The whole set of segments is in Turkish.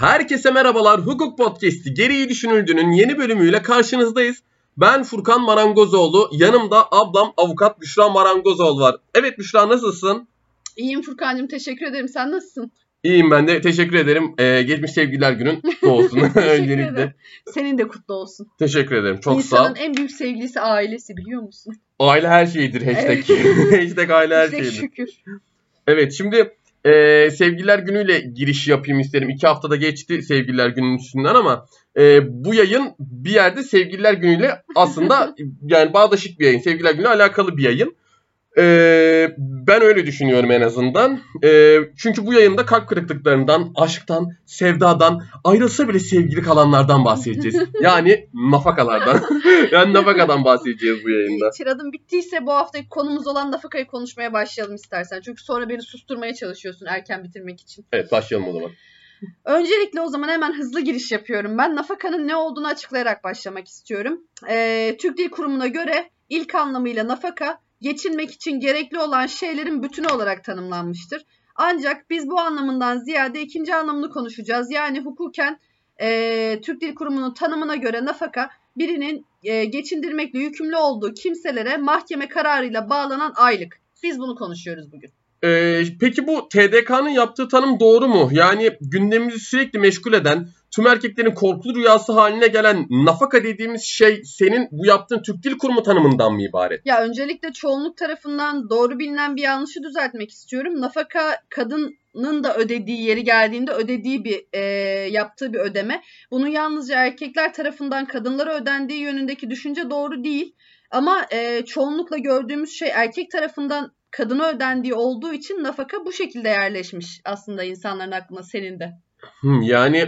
Herkese merhabalar. Hukuk Podcast'i Gereği Düşünüldüğünün yeni bölümüyle karşınızdayız. Ben Furkan Marangozoğlu. Yanımda ablam avukat Büşra Marangozoğlu var. Evet Büşra, nasılsın? İyiyim Furkan'cığım, teşekkür ederim. Sen nasılsın? İyiyim ben de. Teşekkür ederim. Geçmiş sevgililer günün kutlu olsun. Öncelikle. Senin de kutlu olsun. Teşekkür ederim. Çok İnsanın sağ ol. en büyük sevgilisi ailesi, biliyor musun? Aile her şeydir hashtag. Hashtag aile her şeydir. Şükür. Evet, şimdi sevgililer günüyle giriş yapayım isterim. 2 haftada geçti sevgililer gününün üstünden ama bu yayın bir yerde sevgililer günüyle aslında yani bağdaşık bir yayın. Sevgililer günüyle alakalı bir yayın. Ben öyle düşünüyorum en azından. Çünkü bu yayında kalp kırıklıklarından, aşktan, sevdadan, ayrılsa bile sevgili kalanlardan bahsedeceğiz. Yani nafakalardan. Yani nafakadan bahsedeceğiz bu yayında. Tiradın bittiyse bu haftaki konumuz olan nafakayı konuşmaya başlayalım istersen. Çünkü sonra beni susturmaya çalışıyorsun erken bitirmek için. Evet, başlayalım o zaman. Öncelikle o zaman hemen hızlı giriş yapıyorum. Ben nafakanın ne olduğunu açıklayarak başlamak istiyorum. Türk Dil Kurumu'na göre ilk anlamıyla nafaka, geçinmek için gerekli olan şeylerin bütünü olarak tanımlanmıştır. Ancak biz bu anlamından ziyade ikinci anlamını konuşacağız. Yani hukuken Türk Dil Kurumu'nun tanımına göre nafaka, birinin geçindirmekle yükümlü olduğu kimselere mahkeme kararıyla bağlanan aylık. Biz bunu konuşuyoruz bugün. Peki bu TDK'nın yaptığı tanım doğru mu? Yani gündemimizi sürekli meşgul eden, tüm erkeklerin korkulu rüyası haline gelen nafaka dediğimiz şey senin bu yaptığın Türk Dil Kurumu tanımından mı ibaret? Ya öncelikle çoğunluk tarafından doğru bilinen bir yanlışı düzeltmek istiyorum. Nafaka kadının da ödediği, yeri geldiğinde ödediği yaptığı bir ödeme. Bunun yalnızca erkekler tarafından kadınlara ödendiği yönündeki düşünce doğru değil. Ama çoğunlukla gördüğümüz şey erkek tarafından kadına ödendiği olduğu için nafaka bu şekilde yerleşmiş aslında insanların aklına, senin de. Yani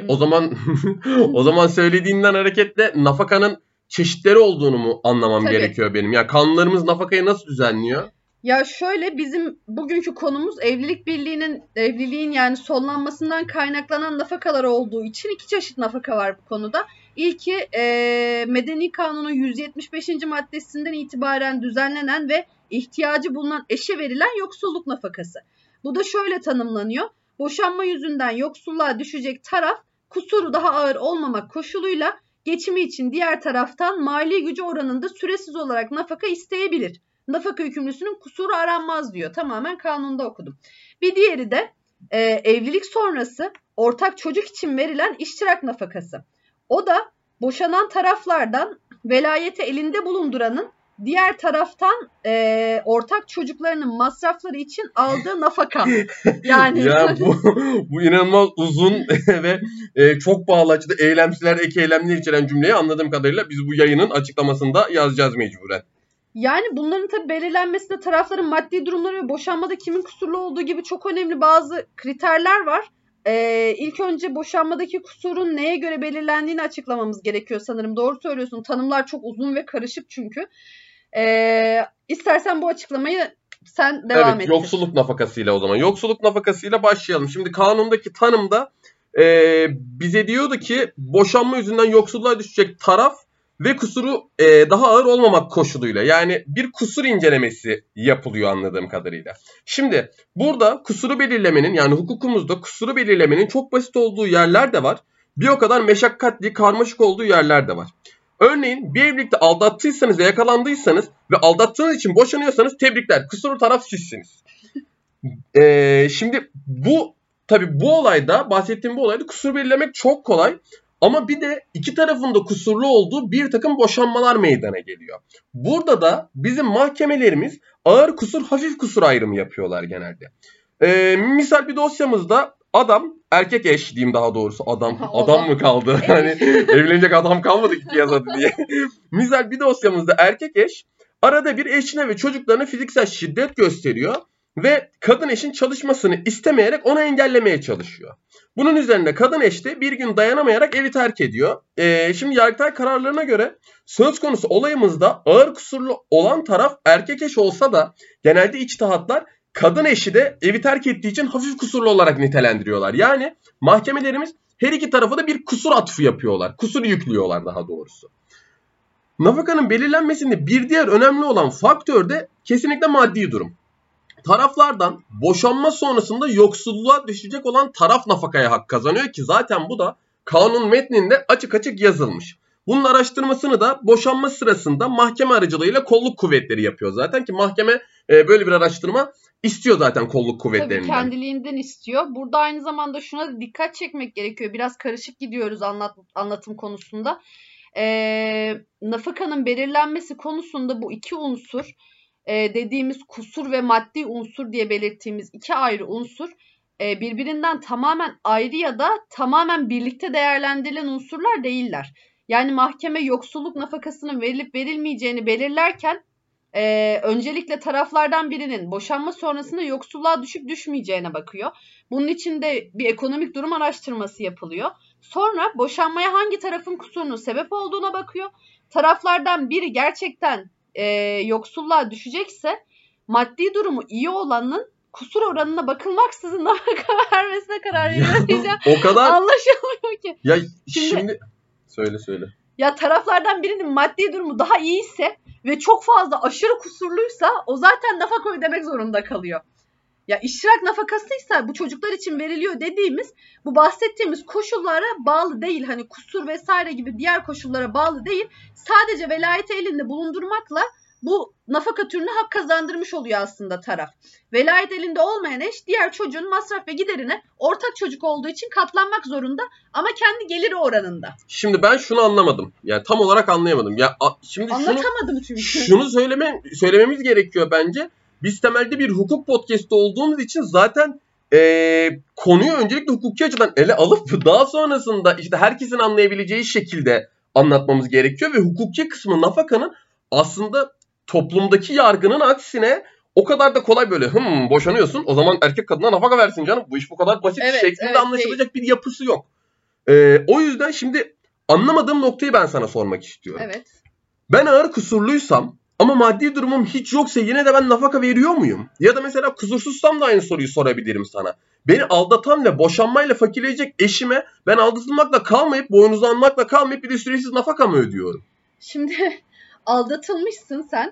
o zaman söylediğinden hareketle nafakanın çeşitleri olduğunu mu anlamam gerekiyor benim? Yani kanunlarımız nafakayı nasıl düzenliyor? Ya şöyle, bizim bugünkü konumuz evliliğin yani sonlanmasından kaynaklanan nafakalar olduğu için iki çeşit nafaka var bu konuda. İlki Medeni Kanun'un 175. maddesinden itibaren düzenlenen ve ihtiyacı bulunan eşe verilen yoksulluk nafakası. Bu da şöyle tanımlanıyor. Boşanma yüzünden yoksulluğa düşecek taraf kusuru daha ağır olmamak koşuluyla geçimi için diğer taraftan mali gücü oranında süresiz olarak nafaka isteyebilir. Nafaka yükümlüsünün kusuru aranmaz diyor. Tamamen kanunda okudum. Bir diğeri de evlilik sonrası ortak çocuk için verilen iştirak nafakası. O da boşanan taraflardan velayeti elinde bulunduranın diğer taraftan ortak çocuklarının masrafları için aldığı nafaka. Yani ya bu inanılmaz uzun ve çok bağlaçlı eylemsizler, ek eylemler içeren cümleyi anladığım kadarıyla biz bu yayının açıklamasında yazacağız mecburen. Yani bunların tabii belirlenmesinde tarafların maddi durumları ve boşanmada kimin kusurlu olduğu gibi çok önemli bazı kriterler var. İlk önce boşanmadaki kusurun neye göre belirlendiğini açıklamamız gerekiyor sanırım. Doğru söylüyorsun. Tanımlar çok uzun ve karışık çünkü. İstersen bu açıklamayı sen devam et. Evet, yoksulluk nafakasıyla o zaman. Yoksulluk nafakasıyla başlayalım. Şimdi kanundaki tanımda bize diyordu ki boşanma yüzünden yoksulluğa düşecek taraf ve kusuru daha ağır olmamak koşuluyla. Yani bir kusur incelemesi yapılıyor anladığım kadarıyla. Şimdi burada kusuru belirlemenin, yani hukukumuzda kusuru belirlemenin çok basit olduğu yerler de var. Bir o kadar meşakkatli, karmaşık olduğu yerler de var. Örneğin bir evlilikte aldattıysanız ve yakalandıysanız ve aldattığınız için boşanıyorsanız tebrikler. Kusurlu taraf sizsiniz. Şimdi bu olayda, bahsettiğim bu olayda kusur belirlemek çok kolay. Ama bir de iki tarafın da kusurlu olduğu bir takım boşanmalar meydana geliyor. Burada da bizim mahkemelerimiz ağır kusur, hafif kusur ayrımı yapıyorlar genelde. Misal bir dosyamızda adam, erkek eş diyeyim daha doğrusu, adam mı kaldı? Hani evlenecek adam kalmadı ki piyasadı diye. Misal bir dosyamızda erkek eş arada bir eşine ve çocuklarına fiziksel şiddet gösteriyor ve kadın eşin çalışmasını istemeyerek onu engellemeye çalışıyor. Bunun üzerine kadın eş de bir gün dayanamayarak evi terk ediyor. Şimdi Yargıtay kararlarına göre söz konusu olayımızda ağır kusurlu olan taraf erkek eş olsa da genelde içtihatlar kadın eşi de evi terk ettiği için hafif kusurlu olarak nitelendiriyorlar. Yani mahkemelerimiz her iki tarafa da bir kusur atfı yapıyorlar. Kusur yüklüyorlar daha doğrusu. Nafakanın belirlenmesinde bir diğer önemli olan faktör de kesinlikle maddi durum. taraflardan boşanma sonrasında yoksulluğa düşecek olan taraf nafakaya hak kazanıyor ki zaten bu da kanun metninde açık açık yazılmış. Bunun araştırmasını da boşanma sırasında mahkeme aracılığıyla kolluk kuvvetleri yapıyor zaten ki mahkeme böyle bir araştırma istiyor zaten kolluk kuvvetlerinden. Tabii kendiliğinden istiyor. Burada aynı zamanda şuna da dikkat çekmek gerekiyor. Biraz karışık gidiyoruz anlatım konusunda. Nafakanın belirlenmesi konusunda bu iki unsur dediğimiz kusur ve maddi unsur diye belirttiğimiz iki ayrı unsur birbirinden tamamen ayrı ya da tamamen birlikte değerlendirilen unsurlar değiller. Yani mahkeme yoksulluk nafakasının verilip verilmeyeceğini belirlerken öncelikle taraflardan birinin boşanma sonrasında yoksulluğa düşüp düşmeyeceğine bakıyor. Bunun için de bir ekonomik durum araştırması yapılıyor. Sonra boşanmaya hangi tarafın kusurunun sebep olduğuna bakıyor. Taraflardan biri gerçekten yoksulluğa düşecekse maddi durumu iyi olanın kusur oranına bakılmaksızın nafaka vermesine karar veriyor. O kadar anlaşılmıyor ki. Ya şimdi söyle. Ya taraflardan birinin maddi durumu daha iyiyse ve çok fazla aşırı kusurluysa o zaten nafaka ödemek zorunda kalıyor. Ya iştirak nafakasıysa bu çocuklar için veriliyor dediğimiz bu bahsettiğimiz koşullara bağlı değil. Hani kusur vesaire gibi diğer koşullara bağlı değil. Sadece velayeti elinde bulundurmakla bu nafaka türüne hak kazandırmış oluyor aslında taraf. Velayet elinde olmayan eş diğer çocuğun masraf ve giderine ortak çocuk olduğu için katlanmak zorunda ama kendi geliri oranında. Şimdi ben şunu anlamadım. Yani tam olarak anlayamadım. Ya şimdi anlatamadım çünkü. Şunu söylememiz gerekiyor bence. Biz temelde bir hukuk podcast'ı olduğumuz için zaten konuyu öncelikle hukuki açıdan ele alıp daha sonrasında işte herkesin anlayabileceği şekilde anlatmamız gerekiyor ve hukuki kısmı nafakanın aslında toplumdaki yargının aksine o kadar da kolay böyle boşanıyorsun o zaman erkek kadına nafaka versin canım bu iş bu kadar basit şeklinde anlaşılacak bir yapısı yok. O yüzden şimdi anlamadığım noktayı ben sana sormak istiyorum. Evet. Ben ağır kusurluysam ama maddi durumum hiç yoksa yine de ben nafaka veriyor muyum? Ya da mesela kusursuzsam da aynı soruyu sorabilirim sana. Beni aldatan ve boşanmayla fakirleyecek eşime ben aldatılmakla kalmayıp boynuzlanmakla kalmayıp bir de süresiz nafaka mı ödüyorum? Şimdi aldatılmışsın sen.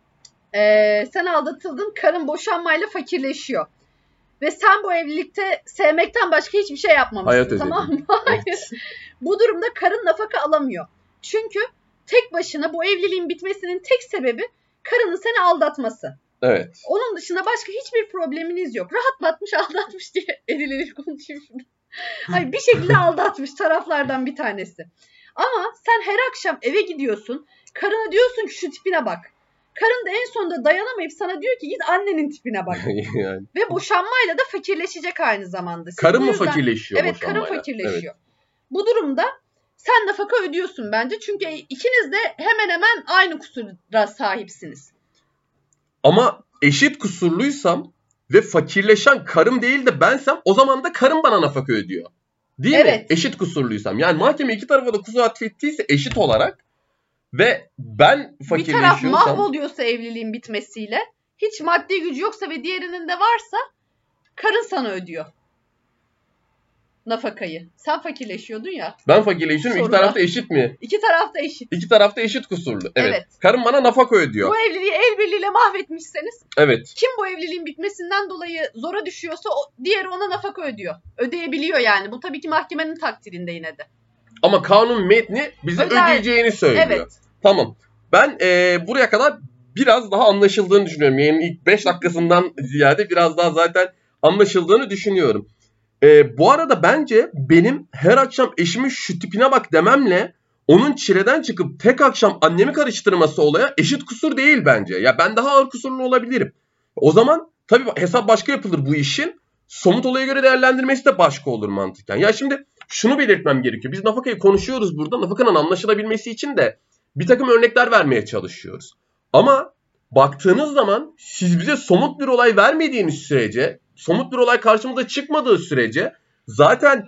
Sen aldatıldın, karın boşanmayla fakirleşiyor. Ve sen bu evlilikte sevmekten başka hiçbir şey yapmamışsın. Tamam mı? Hayır. Evet. Bu durumda karın nafaka alamıyor. Çünkü tek başına bu evliliğin bitmesinin tek sebebi karının seni aldatması. Evet. Onun dışında başka hiçbir probleminiz yok. Rahatlatmış, aldatmış diye erileri konuşayım şurada. Hayır, bir şekilde aldatmış taraflardan bir tanesi. Ama sen her akşam eve gidiyorsun. Karına diyorsun ki şu tipine bak. Karın da en sonunda dayanamayıp sana diyor ki git annenin tipine bak. Yani. Ve boşanmayla da fakirleşecek aynı zamanda. Karın mı fakirleşiyor evet, boşanmayla? Evet, karın fakirleşiyor. Evet. Bu durumda sen nafaka ödüyorsun bence. Çünkü ikiniz de hemen hemen aynı kusura sahipsiniz. Ama eşit kusurluysam ve fakirleşen karım değil de bensem o zaman da karım bana nafaka ödüyor. Değil mi? Eşit kusurluysam. Yani mahkeme iki tarafa da kusur atfettiyse eşit olarak ve ben fakirleşiyorsam... Bir taraf mahvoluyorsa evliliğin bitmesiyle, hiç maddi gücü yoksa ve diğerinin de varsa karın sana ödüyor nafakayı. Sen fakirleşiyordun ya. Ben fakirleşiyorum. İki tarafta eşit mi? İki tarafta eşit. İki tarafta eşit kusurlu. Evet. Karım bana nafaka ödüyor. Bu evliliği el birliğiyle mahvetmişseniz. Evet. Kim bu evliliğin bitmesinden dolayı zora düşüyorsa diğeri ona nafaka ödüyor. Ödeyebiliyor yani. Bu tabii ki mahkemenin takdirinde yine de. Ama kanun metni bize ödeyeceğini söylüyor. Evet. Tamam. Ben buraya kadar biraz daha anlaşıldığını düşünüyorum. Yani ilk 5 dakikasından ziyade biraz daha zaten anlaşıldığını düşünüyorum. Bu arada bence benim her akşam eşimin şu tipine bak dememle onun çileden çıkıp tek akşam annemi karıştırması olaya eşit kusur değil bence. Ya ben daha ağır kusurlu olabilirim. O zaman tabii hesap başka yapılır bu işin. Somut olaya göre değerlendirmesi de başka olur mantıken. Ya şimdi şunu belirtmem gerekiyor. Biz nafakayı konuşuyoruz burada. Nafakanın anlaşılabilmesi için de bir takım örnekler vermeye çalışıyoruz. Ama baktığınız zaman siz bize somut bir olay vermediğiniz sürece, somut bir olay karşımıza çıkmadığı sürece zaten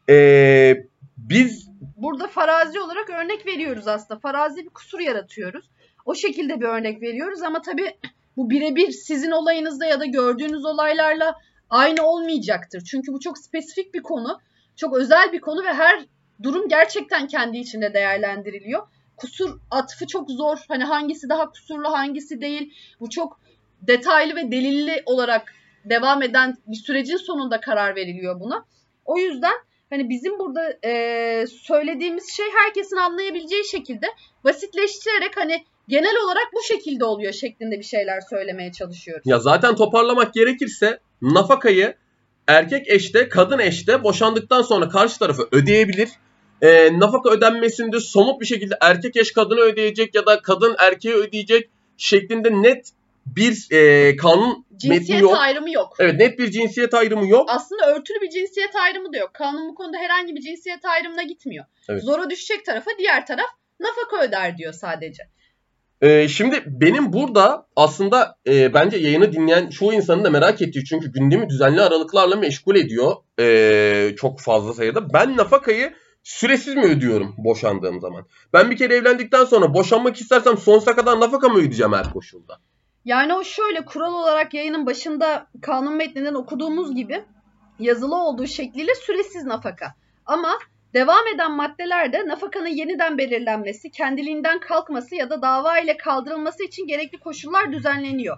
biz... Burada farazi olarak örnek veriyoruz aslında. Farazi bir kusur yaratıyoruz. O şekilde bir örnek veriyoruz ama tabii bu birebir sizin olayınızda ya da gördüğünüz olaylarla aynı olmayacaktır. Çünkü bu çok spesifik bir konu. Çok özel bir konu ve her durum gerçekten kendi içinde değerlendiriliyor. Kusur atfı çok zor. Hani hangisi daha kusurlu, hangisi değil. Bu çok detaylı ve delilli olarak devam eden bir sürecin sonunda karar veriliyor buna. O yüzden hani bizim burada söylediğimiz şey herkesin anlayabileceği şekilde basitleştirerek hani genel olarak bu şekilde oluyor şeklinde bir şeyler söylemeye çalışıyoruz. Ya zaten toparlamak gerekirse nafakayı erkek eşte, kadın eşte boşandıktan sonra karşı tarafı ödeyebilir. Nafaka ödenmesinde somut bir şekilde erkek eş kadına ödeyecek ya da kadın erkeğe ödeyecek şeklinde net bir kanun metni yok. Ayrımı yok. Evet, net bir cinsiyet ayrımı yok. Aslında örtülü bir cinsiyet ayrımı da yok. Kanun bu konuda herhangi bir cinsiyet ayrımına gitmiyor. Evet. Zora düşecek tarafa diğer taraf nafaka öder diyor sadece. Şimdi benim burada aslında bence yayını dinleyen çoğu insanın da merak ettiği, çünkü gündemi düzenli aralıklarla meşgul ediyor çok fazla sayıda. Ben nafakayı süresiz mi ödüyorum boşandığım zaman? Ben bir kere evlendikten sonra boşanmak istersem sonsuza kadar nafaka mı ödeyeceğim her koşulda? Yani o şöyle, kural olarak yayının başında kanun metninden okuduğumuz gibi yazılı olduğu şekliyle süresiz nafaka. Ama devam eden maddelerde nafakanın yeniden belirlenmesi, kendiliğinden kalkması ya da dava ile kaldırılması için gerekli koşullar düzenleniyor.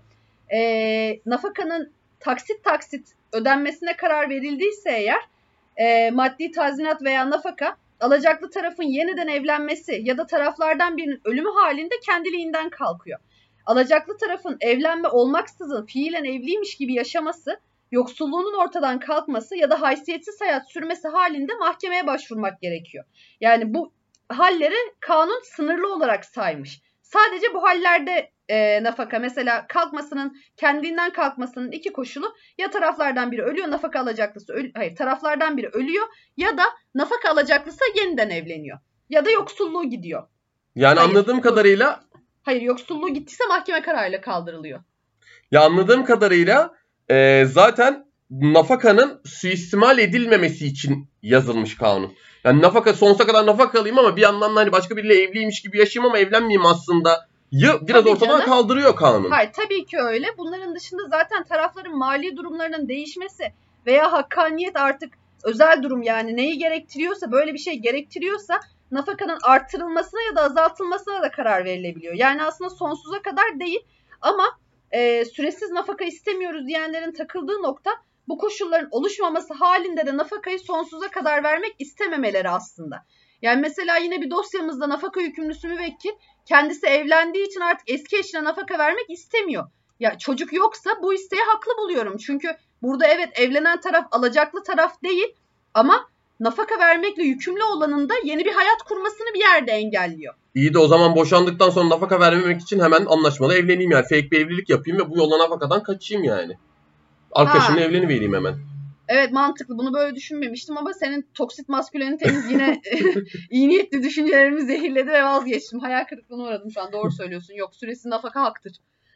Nafakanın taksit taksit ödenmesine karar verildiyse eğer maddi tazminat veya nafaka alacaklı tarafın yeniden evlenmesi ya da taraflardan birinin ölümü halinde kendiliğinden kalkıyor. Alacaklı tarafın evlenme olmaksızın fiilen evliymiş gibi yaşaması, yoksulluğunun ortadan kalkması ya da haysiyetsiz hayat sürmesi halinde mahkemeye başvurmak gerekiyor. Yani bu halleri kanun sınırlı olarak saymış. Sadece bu hallerde nafaka, mesela kalkmasının, kendiliğinden kalkmasının iki koşulu: ya taraflardan biri ölüyor, nafaka alacaklısı taraflardan biri ölüyor ya da nafaka alacaklısı yeniden evleniyor ya da yoksulluğu gidiyor. Yani anladığım kadarıyla yoksulluğu gittiyse mahkeme kararıyla kaldırılıyor. Ya anladığım kadarıyla zaten nafakanın suistimal edilmemesi için yazılmış kanun. Yani nafaka, sonsuza kadar nafaka alayım ama bir yandan da hani başka biriyle evliymiş gibi yaşayayım ama evlenmeyeyim aslında. Biraz tabii ortadan kaldırıyor kanun. Hayır, tabii ki öyle. Bunların dışında zaten tarafların mali durumlarının değişmesi veya hakkaniyet artık özel durum, yani neyi gerektiriyorsa, böyle bir şey gerektiriyorsa nafakanın artırılmasına ya da azaltılmasına da karar verilebiliyor. Yani aslında sonsuza kadar değil ama süresiz nafaka istemiyoruz diyenlerin takıldığı nokta, bu koşulların oluşmaması halinde de nafakayı sonsuza kadar vermek istememeleri aslında. Yani mesela yine bir dosyamızda nafaka yükümlüsü müvekkil kendisi evlendiği için artık eski eşine nafaka vermek istemiyor. Ya çocuk yoksa bu isteği haklı buluyorum. Çünkü burada evet, evlenen taraf alacaklı taraf değil ama nafaka vermekle yükümlü olanın da yeni bir hayat kurmasını bir yerde engelliyor. İyi de o zaman boşandıktan sonra nafaka vermemek için hemen anlaşmalı evleneyim yani. Fake bir evlilik yapayım ve bu yolla nafakadan kaçayım yani. Arkadaşımla evlenivereyim hemen. Evet, mantıklı. Bunu böyle düşünmemiştim ama senin toksit maskülenitemiz yine iyi niyetli düşüncelerimi zehirledi ve vazgeçtim. Hayal kırıklığına uğradım şu an. Doğru söylüyorsun. Yok, süresi nafaka haktır.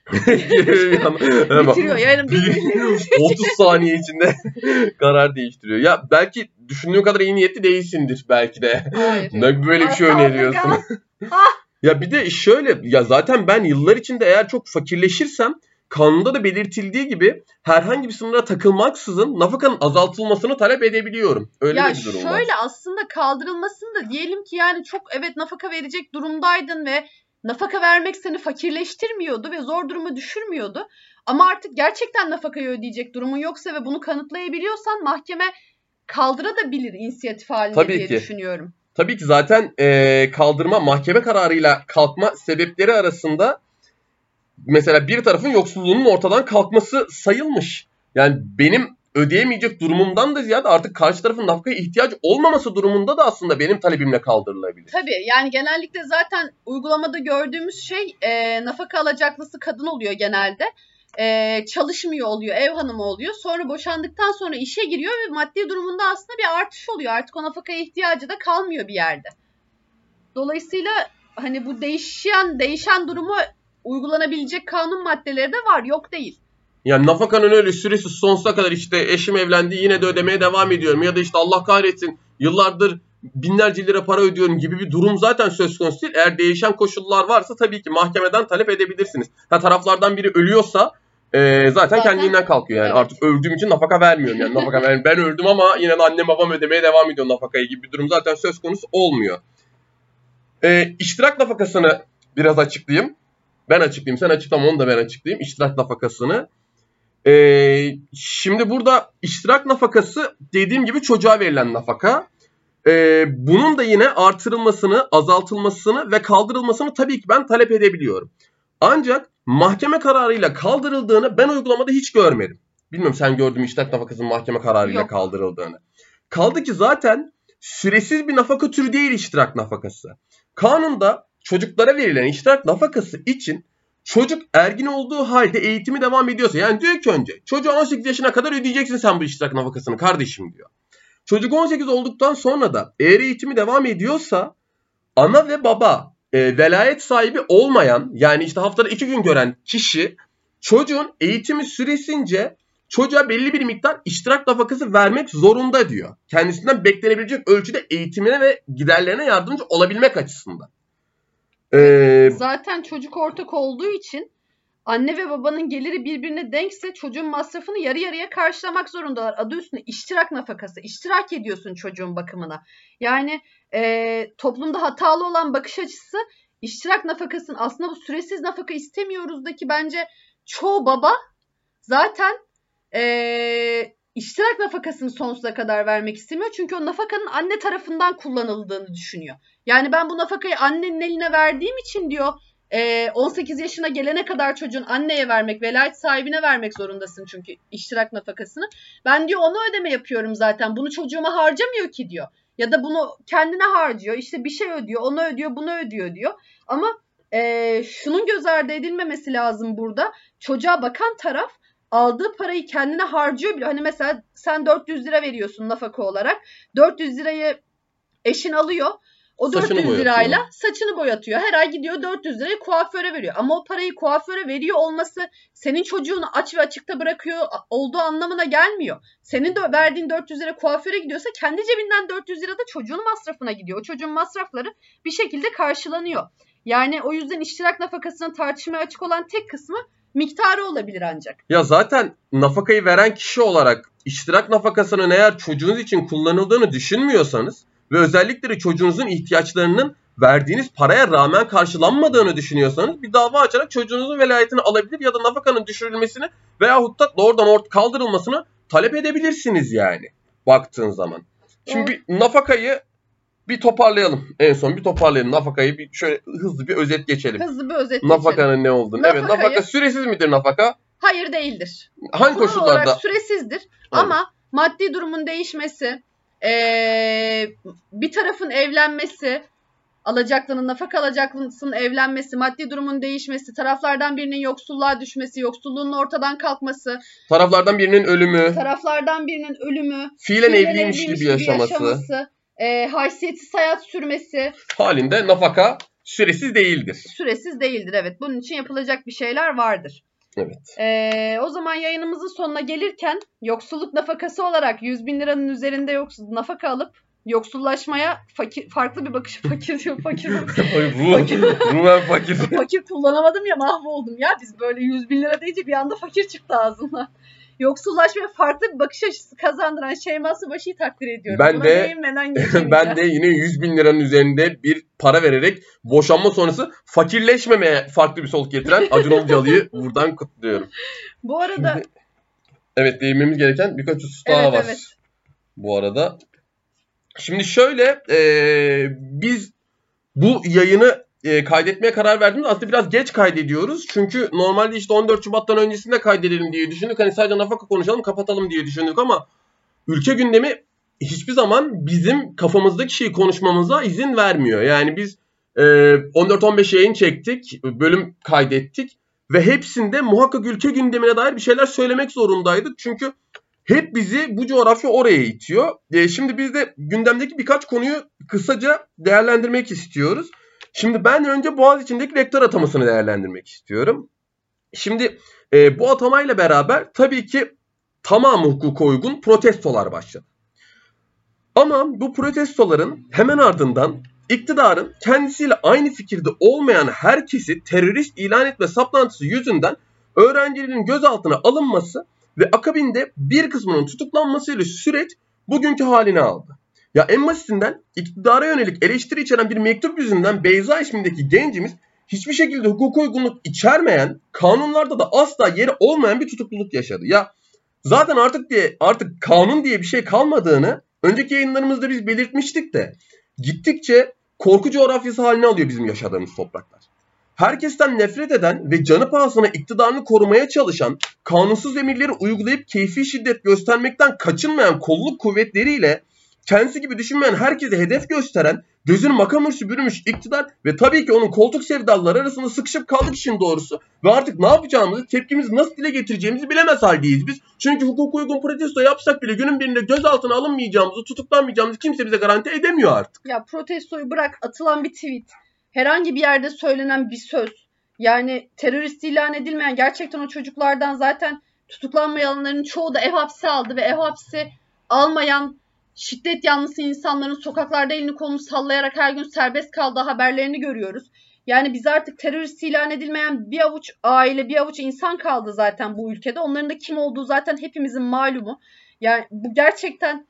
Bitiriyor. Yarın 30 saniye içinde karar değiştiriyor. Ya belki düşündüğün kadar iyi niyetli değilsindir belki de. Hayır. Böyle bir şey öneriyorsun. Ya bir de şöyle, ya zaten ben yıllar içinde eğer çok fakirleşirsem kanunda da belirtildiği gibi herhangi bir sınıra takılmaksızın nafakanın azaltılmasını talep edebiliyorum. Öyle bir durum var. Şöyle aslında kaldırılmasını da, diyelim ki yani çok evet nafaka verecek durumdaydın ve nafaka vermek seni fakirleştirmiyordu ve zor duruma düşürmüyordu. Ama artık gerçekten nafakayı ödeyecek durumun yoksa ve bunu kanıtlayabiliyorsan mahkeme kaldırabilir inisiyatif halinde diye düşünüyorum. Tabii ki zaten kaldırma, mahkeme kararıyla kalkma sebepleri arasında mesela bir tarafın yoksulluğunun ortadan kalkması sayılmış. Yani benim ödeyemeyecek durumumdan da ziyade artık karşı tarafın nafakaya ihtiyacı olmaması durumunda da aslında benim talebimle kaldırılabilir. Tabii, yani genellikle zaten uygulamada gördüğümüz şey nafaka alacaklısı kadın oluyor genelde. Çalışmıyor oluyor, ev hanımı oluyor. Sonra boşandıktan sonra işe giriyor ve maddi durumunda aslında bir artış oluyor. Artık o nafakaya ihtiyacı da kalmıyor bir yerde. Dolayısıyla hani bu değişen durumu uygulanabilecek kanun maddeleri de var, yok değil. Yani nafakanın öyle süresi sonsuza kadar işte eşim evlendi yine de ödemeye devam ediyorum ya da işte Allah kahretsin yıllardır binlerce lira para ödüyorum gibi bir durum zaten söz konusu değil. Eğer değişen koşullar varsa tabii ki mahkemeden talep edebilirsiniz. Taraflardan biri ölüyorsa zaten kendiliğinden kalkıyor yani. Evet. Artık öldüğüm için nafaka vermiyorum yani. Nafaka ben öldüm ama yine de annem babam ödemeye devam ediyor nafakayı gibi bir durum zaten söz konusu olmuyor. İştirak nafakasını biraz açıklayayım. Ben açıklayayım, sen açıklama, onu da ben açıklayayım. İştirak nafakasını. Şimdi burada iştirak nafakası dediğim gibi çocuğa verilen nafaka. Bunun da yine artırılmasını, azaltılmasını ve kaldırılmasını tabii ki ben talep edebiliyorum. Ancak mahkeme kararıyla kaldırıldığını ben uygulamada hiç görmedim. Bilmiyorum, sen gördün mü iştirak nafakasının mahkeme kararıyla Yok. kaldırıldığını. Kaldı ki zaten süresiz bir nafaka türü değil iştirak nafakası. Kanunda çocuklara verilen iştirak nafakası için çocuk ergin olduğu halde eğitimi devam ediyorsa, yani diyor ki önce çocuğa 18 yaşına kadar ödeyeceksin sen bu iştirak nafakasını kardeşim diyor. Çocuk 18 olduktan sonra da eğer eğitimi devam ediyorsa ana ve baba velayet sahibi olmayan, yani işte haftada 2 gün gören kişi çocuğun eğitimi süresince çocuğa belli bir miktar iştirak nafakası vermek zorunda diyor. Kendisinden beklenebilecek ölçüde eğitimine ve giderlerine yardımcı olabilmek açısından. Zaten çocuk ortak olduğu için anne ve babanın geliri birbirine denkse çocuğun masrafını yarı yarıya karşılamak zorundalar. Adı üstünde iştirak nafakası. İştirak ediyorsun çocuğun bakımına. Yani toplumda hatalı olan bakış açısı iştirak nafakasının, aslında bu süresiz nafaka istemiyoruzdaki bence çoğu baba zaten iştirak nafakasını sonsuza kadar vermek istemiyor. Çünkü o nafakanın anne tarafından kullanıldığını düşünüyor. Yani ben bu nafakayı annenin eline verdiğim için diyor 18 yaşına gelene kadar çocuğun anneye vermek, velayet sahibine vermek zorundasın çünkü iştirak nafakasını. Ben diyor ona ödeme yapıyorum zaten. Bunu çocuğuma harcamıyor ki diyor. Ya da bunu kendine harcıyor. İşte bir şey ödüyor, ona ödüyor, bunu ödüyor diyor. Ama şunun göz ardı edilmemesi lazım burada. Çocuğa bakan taraf aldığı parayı kendine harcıyor bile. Hani mesela sen 400 lira veriyorsun nafaka olarak. 400 lirayı eşin alıyor. O 400 lirayla saçını boyatıyor. Her ay gidiyor 400 lirayı kuaföre veriyor. Ama o parayı kuaföre veriyor olması senin çocuğunu aç ve açıkta bırakıyor olduğu anlamına gelmiyor. Senin de verdiğin 400 lira kuaföre gidiyorsa kendi cebinden 400 lira da çocuğun masrafına gidiyor. O çocuğun masrafları bir şekilde karşılanıyor. Yani o yüzden iştirak nafakasının tartışmaya açık olan tek kısmı miktarı olabilir ancak. Ya zaten nafakayı veren kişi olarak iştirak nafakasının eğer çocuğunuz için kullanıldığını düşünmüyorsanız ve özellikle çocuğunuzun ihtiyaçlarının verdiğiniz paraya rağmen karşılanmadığını düşünüyorsanız bir dava açarak çocuğunuzun velayetini alabilir ya da nafakanın düşürülmesini veyahut da doğrudan kaldırılmasını talep edebilirsiniz yani baktığın zaman. Şimdi nafakayı bir toparlayalım. En son bir toparlayalım. Nafakayı bir şöyle hızlı bir özet geçelim. Nafakanın ne olduğunu. Evet, nafaka süresiz midir nafaka? Hayır, değildir. Hangi koşullarda? Süresizdir. Evet. Ama maddi durumun değişmesi, bir tarafın evlenmesi, nafaka alacaklısının evlenmesi, maddi durumun değişmesi, taraflardan birinin yoksulluğa düşmesi, yoksulluğun ortadan kalkması, taraflardan birinin ölümü, fiilen evliymiş gibi yaşaması, haysiyetsiz hayat sürmesi halinde nafaka süresiz değildir. Süresiz değildir, evet. Bunun için yapılacak bir şeyler vardır. Evet. O zaman yayınımızın sonuna gelirken yoksulluk nafakası olarak 100.000 liranın üzerinde nafaka alıp yoksullaşmaya farklı bir bakış fakir kullanamadım ya, mahvoldum ya. Biz böyle 100.000 lira deyince bir anda fakir çıktı ağzımdan. Yoksullaşmaya farklı bir bakış açısı kazandıran Şeyma Subaşı'yı takdir ediyorum. Ben de yine 100.000 liranın üzerinde bir para vererek boşanma sonrası fakirleşmemeye farklı bir soluk getiren Acun Ilıcalı'yı buradan kutluyorum. Bu arada... Şimdi, evet, değinmemiz gereken birkaç husus daha var. Evet. Bu arada. Şimdi şöyle, biz bu yayını kaydetmeye karar verdiğimizde aslında biraz geç kaydediyoruz. Çünkü normalde işte 14 Şubat'tan öncesinde kaydedelim diye düşündük. Hani sadece nafaka konuşalım, kapatalım diye düşündük ama ülke gündemi hiçbir zaman bizim kafamızdaki şeyi konuşmamıza izin vermiyor. Yani biz 14-15 yayın çektik, bölüm kaydettik ve hepsinde muhakkak ülke gündemine dair bir şeyler söylemek zorundaydık. Çünkü hep bizi bu coğrafya oraya itiyor. Şimdi biz de gündemdeki birkaç konuyu kısaca değerlendirmek istiyoruz. Şimdi ben önce Boğaziçi'ndeki rektör atamasını değerlendirmek istiyorum. Şimdi bu atamayla beraber tabii ki tamamı hukuka uygun protestolar başladı. Ama bu protestoların hemen ardından iktidarın kendisiyle aynı fikirde olmayan herkesi terörist ilan etme saplantısı yüzünden öğrencilerin gözaltına alınması ve akabinde bir kısmının tutuklanmasıyla süreç bugünkü halini aldı. Ya en basitinden iktidara yönelik eleştiri içeren bir mektup yüzünden Beyza ismindeki gencimiz hiçbir şekilde hukuka uygunluk içermeyen, kanunlarda da asla yeri olmayan bir tutukluluk yaşadı. Ya zaten artık kanun diye bir şey kalmadığını önceki yayınlarımızda biz belirtmiştik de gittikçe korku coğrafyası haline alıyor bizim yaşadığımız topraklar. Herkesten nefret eden ve canı pahasına iktidarını korumaya çalışan, kanunsuz emirleri uygulayıp keyfi şiddet göstermekten kaçınmayan kolluk kuvvetleriyle kendisi gibi düşünmeyen herkese hedef gösteren, gözünü makamursu bürümüş iktidar ve tabii ki onun koltuk sevdalıları arasında sıkışıp kaldık işin doğrusu. Ve artık ne yapacağımızı, tepkimizi nasıl dile getireceğimizi bilemez haldeyiz biz. Çünkü hukuka uygun protesto yapsak bile günün birinde gözaltına alınmayacağımızı, tutuklanmayacağımızı kimse bize garanti edemiyor artık. Ya protestoyu bırak, atılan bir tweet, herhangi bir yerde söylenen bir söz, yani terörist ilan edilmeyen, gerçekten o çocuklardan zaten tutuklanmayanların çoğu da ev hapsi aldı ve ev hapsi almayan şiddet yanlısı insanların sokaklarda elini kolunu sallayarak her gün serbest kaldığı haberlerini görüyoruz. Yani biz artık terörist ilan edilmeyen bir avuç aile, bir avuç insan kaldı zaten bu ülkede. Onların da kim olduğu zaten hepimizin malumu. Yani bu gerçekten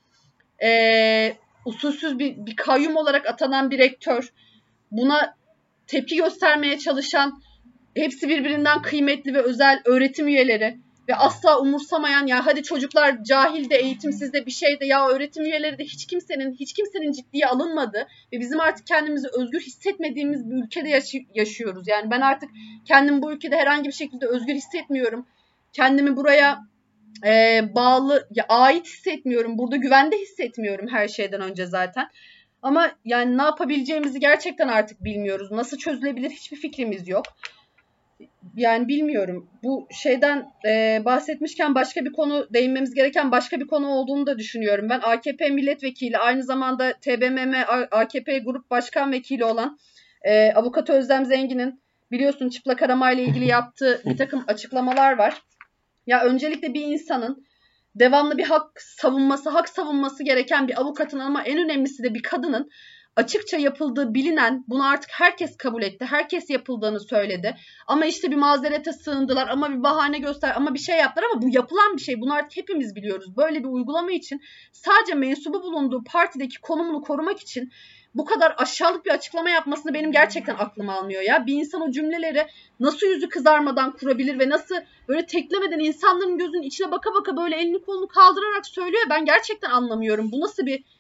usulsüz bir kayyum olarak atanan bir rektör, buna tepki göstermeye çalışan, hepsi birbirinden kıymetli ve özel öğretim üyeleri ve asla umursamayan, ya hadi çocuklar cahil de eğitimsiz de bir şey de, ya öğretim üyeleri de hiç kimsenin ciddiye alınmadı ve bizim artık kendimizi özgür hissetmediğimiz bir ülkede yaşıyoruz. Yani ben artık kendimi bu ülkede herhangi bir şekilde özgür hissetmiyorum. Kendimi buraya bağlı, ait hissetmiyorum. Burada güvende hissetmiyorum her şeyden önce zaten. Ama yani ne yapabileceğimizi gerçekten artık bilmiyoruz. Nasıl çözülebilir hiçbir fikrimiz yok. Yani bilmiyorum. Bu şeyden bahsetmişken değinmemiz gereken başka bir konu olduğunu da düşünüyorum. Ben AKP milletvekili, aynı zamanda TBMM AKP Grup Başkan Vekili olan Avukat Özlem Zengin'in, biliyorsun, çıplak aramayla ilgili yaptığı bir takım açıklamalar var. Ya öncelikle bir insanın devamlı bir hak savunması gereken bir avukatın, ama en önemlisi de bir kadının açıkça yapıldığı bilinen, bunu artık herkes kabul etti, herkes yapıldığını söyledi. Ama işte bir mazerete sığındılar, ama bir bahane göster, ama bir şey yaptılar, ama bu yapılan bir şey. Bunu artık hepimiz biliyoruz. Böyle bir uygulama için sadece mensubu bulunduğu partideki konumunu korumak için bu kadar aşağılık bir açıklama yapmasını benim gerçekten aklım almıyor ya. Bir insan o cümleleri nasıl yüzü kızarmadan kurabilir ve nasıl böyle teklemeden insanların gözünün içine baka baka böyle elini kolunu kaldırarak söylüyor. Ben gerçekten anlamıyorum. Bu nasıl bir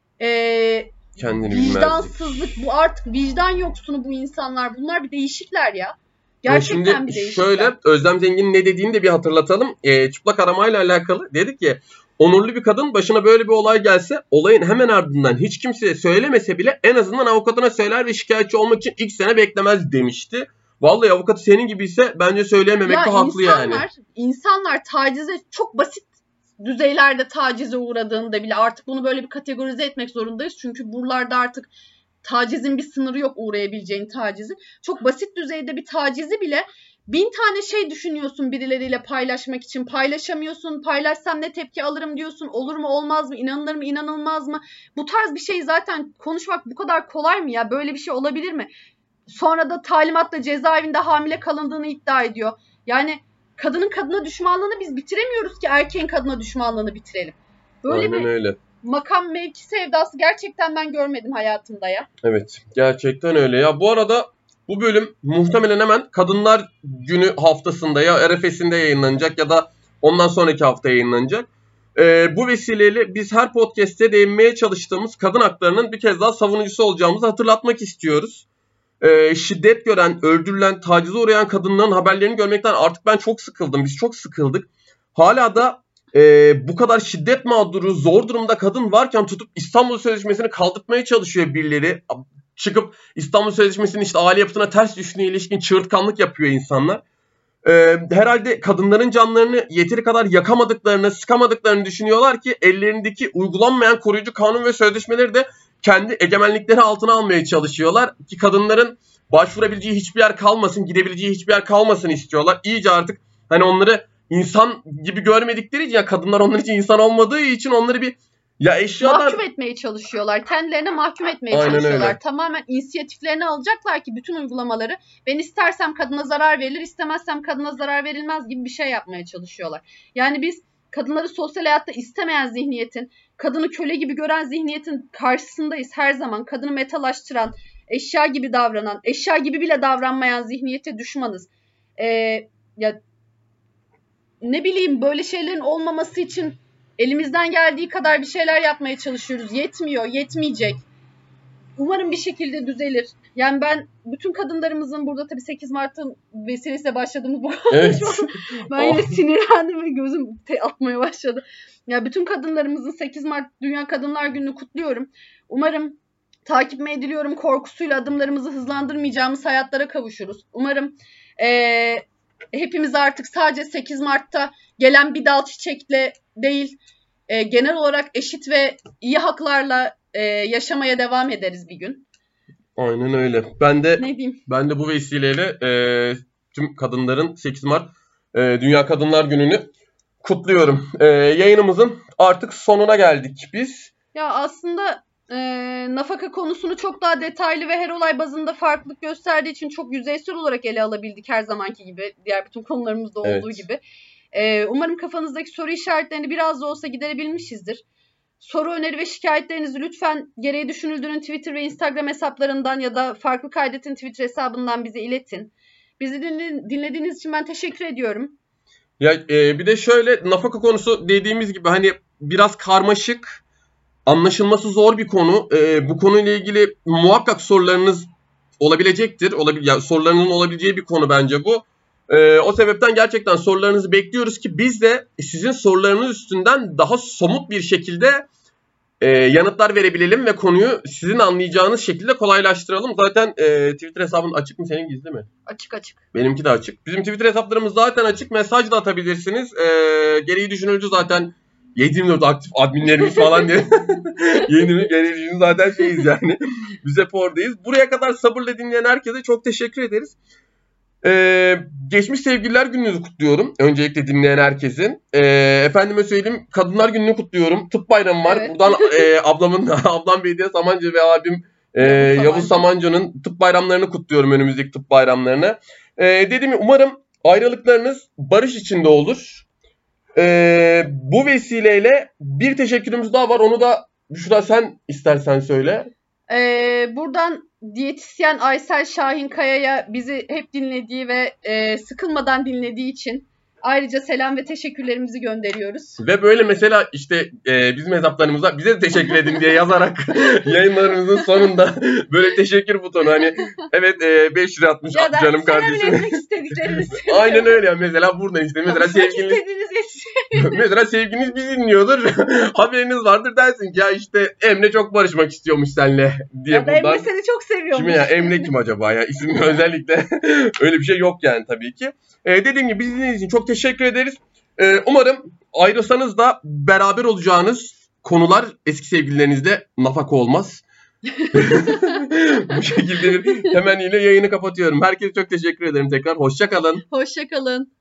vicdansızlık? Bu artık vicdan yoksunu bu insanlar. Bunlar bir değişikler ya. Gerçekten şimdi bir değişikler. Şöyle, Özlem Zengin'in ne dediğini de bir hatırlatalım. Çıplak aramayla alakalı dedi ki, onurlu bir kadın başına böyle bir olay gelse olayın hemen ardından hiç kimseye söylemese bile en azından avukatına söyler ve şikayetçi olmak için ilk sene beklemez demişti. Vallahi avukatı senin gibi ise bence söyleyememekte haklı yani. İnsanlar tacize, çok basit düzeylerde tacize uğradığında bile artık bunu böyle bir kategorize etmek zorundayız. Çünkü buralarda artık tacizin bir sınırı yok, uğrayabileceğin tacizin. Çok basit düzeyde bir tacizi bile 1000 tane şey düşünüyorsun birileriyle paylaşmak için. Paylaşamıyorsun. Paylaşsam ne tepki alırım diyorsun. Olur mu olmaz mı? İnanılır mı inanılmaz mı? Bu tarz bir şey zaten konuşmak bu kadar kolay mı ya? Böyle bir şey olabilir mi? Sonra da talimatla cezaevinde hamile kalındığını iddia ediyor. Yani kadının kadına düşmanlığını biz bitiremiyoruz ki erkeğin kadına düşmanlığını bitirelim. Böyle Aynen öyle. Makam mevki sevdası gerçekten ben görmedim hayatımda ya. Evet, gerçekten öyle ya. Bu arada bu bölüm muhtemelen hemen Kadınlar Günü haftasında ya RFS'inde yayınlanacak ya da ondan sonraki hafta yayınlanacak. Bu vesileyle biz her podcast'te değinmeye çalıştığımız kadın haklarının bir kez daha savunucusu olacağımızı hatırlatmak istiyoruz. Şiddet gören, öldürülen, tacize uğrayan kadınların haberlerini görmekten artık ben çok sıkıldım. Biz çok sıkıldık. Hala da bu kadar şiddet mağduru, zor durumda kadın varken tutup İstanbul Sözleşmesi'ni kaldırtmaya çalışıyor birileri. Çıkıp İstanbul Sözleşmesi'nin işte aile yapısına ters düştüğüne ilişkin çığırtkanlık yapıyor insanlar. Herhalde kadınların canlarını yeteri kadar yakamadıklarını, sıkamadıklarını düşünüyorlar ki ellerindeki uygulanmayan koruyucu kanun ve sözleşmeleri de kendi egemenlikleri altına almaya çalışıyorlar. Ki kadınların başvurabileceği hiçbir yer kalmasın, gidebileceği hiçbir yer kalmasın istiyorlar. İyice artık hani onları insan gibi görmedikleri için, ya kadınlar onlar için insan olmadığı için onları bir eşyadan mahkum etmeye çalışıyorlar. Kendilerine mahkum etmeye Aynen çalışıyorlar. Öyle. Tamamen inisiyatiflerini alacaklar ki bütün uygulamaları, ben istersem kadına zarar verilir, istemezsem kadına zarar verilmez gibi bir şey yapmaya çalışıyorlar. Yani biz kadınları sosyal hayatta istemeyen zihniyetin, kadını köle gibi gören zihniyetin karşısındayız her zaman. Kadını metalaştıran, eşya gibi davranan, eşya gibi bile davranmayan zihniyete düşmanız. Ya ne bileyim, böyle şeylerin olmaması için elimizden geldiği kadar bir şeyler yapmaya çalışıyoruz. Yetmiyor, yetmeyecek. Umarım bir şekilde düzelir. Yani ben bütün kadınlarımızın burada, tabii 8 Mart'ın vesilesiyle başladığımız bu Evet. konuşma. Ben yine sinirlendim ve gözüm atmaya başladı. Ya bütün kadınlarımızın 8 Mart Dünya Kadınlar Günü'nü kutluyorum. Umarım takip mi ediliyorum korkusuyla adımlarımızı hızlandırmayacağımız hayatlara kavuşuruz. Umarım hepimiz artık sadece 8 Mart'ta gelen bir dal çiçekle değil, genel olarak eşit ve iyi haklarla yaşamaya devam ederiz bir gün. Aynen öyle. Ben de bu vesileyle tüm kadınların 8 Mart Dünya Kadınlar Günü'nü kutluyorum. Yayınımızın artık sonuna geldik biz. Ya aslında nafaka konusunu çok daha detaylı ve her olay bazında farklılık gösterdiği için çok yüzeysel olarak ele alabildik her zamanki gibi. Diğer bütün konularımızda olduğu gibi. Umarım kafanızdaki soru işaretlerini biraz da olsa giderebilmişizdir. Soru, öneri ve şikayetlerinizi lütfen gereği düşünüldüğünün Twitter ve Instagram hesaplarından ya da Farklı Kaydet'in Twitter hesabından bize iletin. Bizi dinlediğiniz için ben teşekkür ediyorum. Ya bir de şöyle, nafaka konusu dediğimiz gibi hani biraz karmaşık, anlaşılması zor bir konu. Bu konuyla ilgili muhakkak sorularınız olabilecektir. Sorularının olabileceği bir konu bence bu. O sebepten gerçekten sorularınızı bekliyoruz ki biz de sizin sorularınız üstünden daha somut bir şekilde yanıtlar verebilelim ve konuyu sizin anlayacağınız şekilde kolaylaştıralım. Zaten Twitter hesabın açık mı, senin gizli mi? Açık. Benimki de açık. Bizim Twitter hesaplarımız zaten açık. Mesaj da atabilirsiniz. Gereği düşünüldü zaten. 7/24 aktif adminlerimiz falan diye. Gereği zaten şeyiz yani. Biz hep oradayız. Buraya kadar sabırla dinleyen herkese çok teşekkür ederiz. Geçmiş Sevgililer Günü'nüzü kutluyorum. Öncelikle dinleyen herkesin. Efendime söyleyeyim, Kadınlar Günü'nü kutluyorum. Tıp bayramı var. Evet. Buradan ablam Bediye Samancı ve abim Yavuz Samanco'nun tıp bayramlarını kutluyorum, önümüzdeki tıp bayramlarını. Dediğim gibi umarım ayrılıklarınız barış içinde olur. Bu vesileyle bir teşekkürümüz daha var. Onu da Büşra sen istersen söyle. Buradan diyetisyen Aysel Şahinkaya'ya bizi hep dinlediği ve sıkılmadan dinlediği için ayrıca selam ve teşekkürlerimizi gönderiyoruz. Ve böyle mesela işte bizim hesaplarımıza bize de teşekkür edin diye yazarak yayınlarımızın sonunda böyle teşekkür butonu, hani evet 5 lira atmış ya canım kardeşim. Ya da istedikleriniz. Aynen öyle yani, mesela buradan işte mesela sevgiliniz bizi dinliyordur. Haberiniz vardır, dersin ki ya işte Emre çok barışmak istiyormuş seninle diye ya buradan. Emre seni çok seviyormuş. Kim ya? Emre kim acaba ya? İsim özellikle öyle bir şey yok yani tabii ki. Dediğim gibi izlediğiniz için çok teşekkür ederiz. Umarım ayrılsanız da beraber olacağınız konular eski sevgililerinizle nafaka olmaz. Bu şekilde bir temenniyle yayını kapatıyorum. Herkese çok teşekkür ederim tekrar. Hoşça kalın. Hoşça kalın.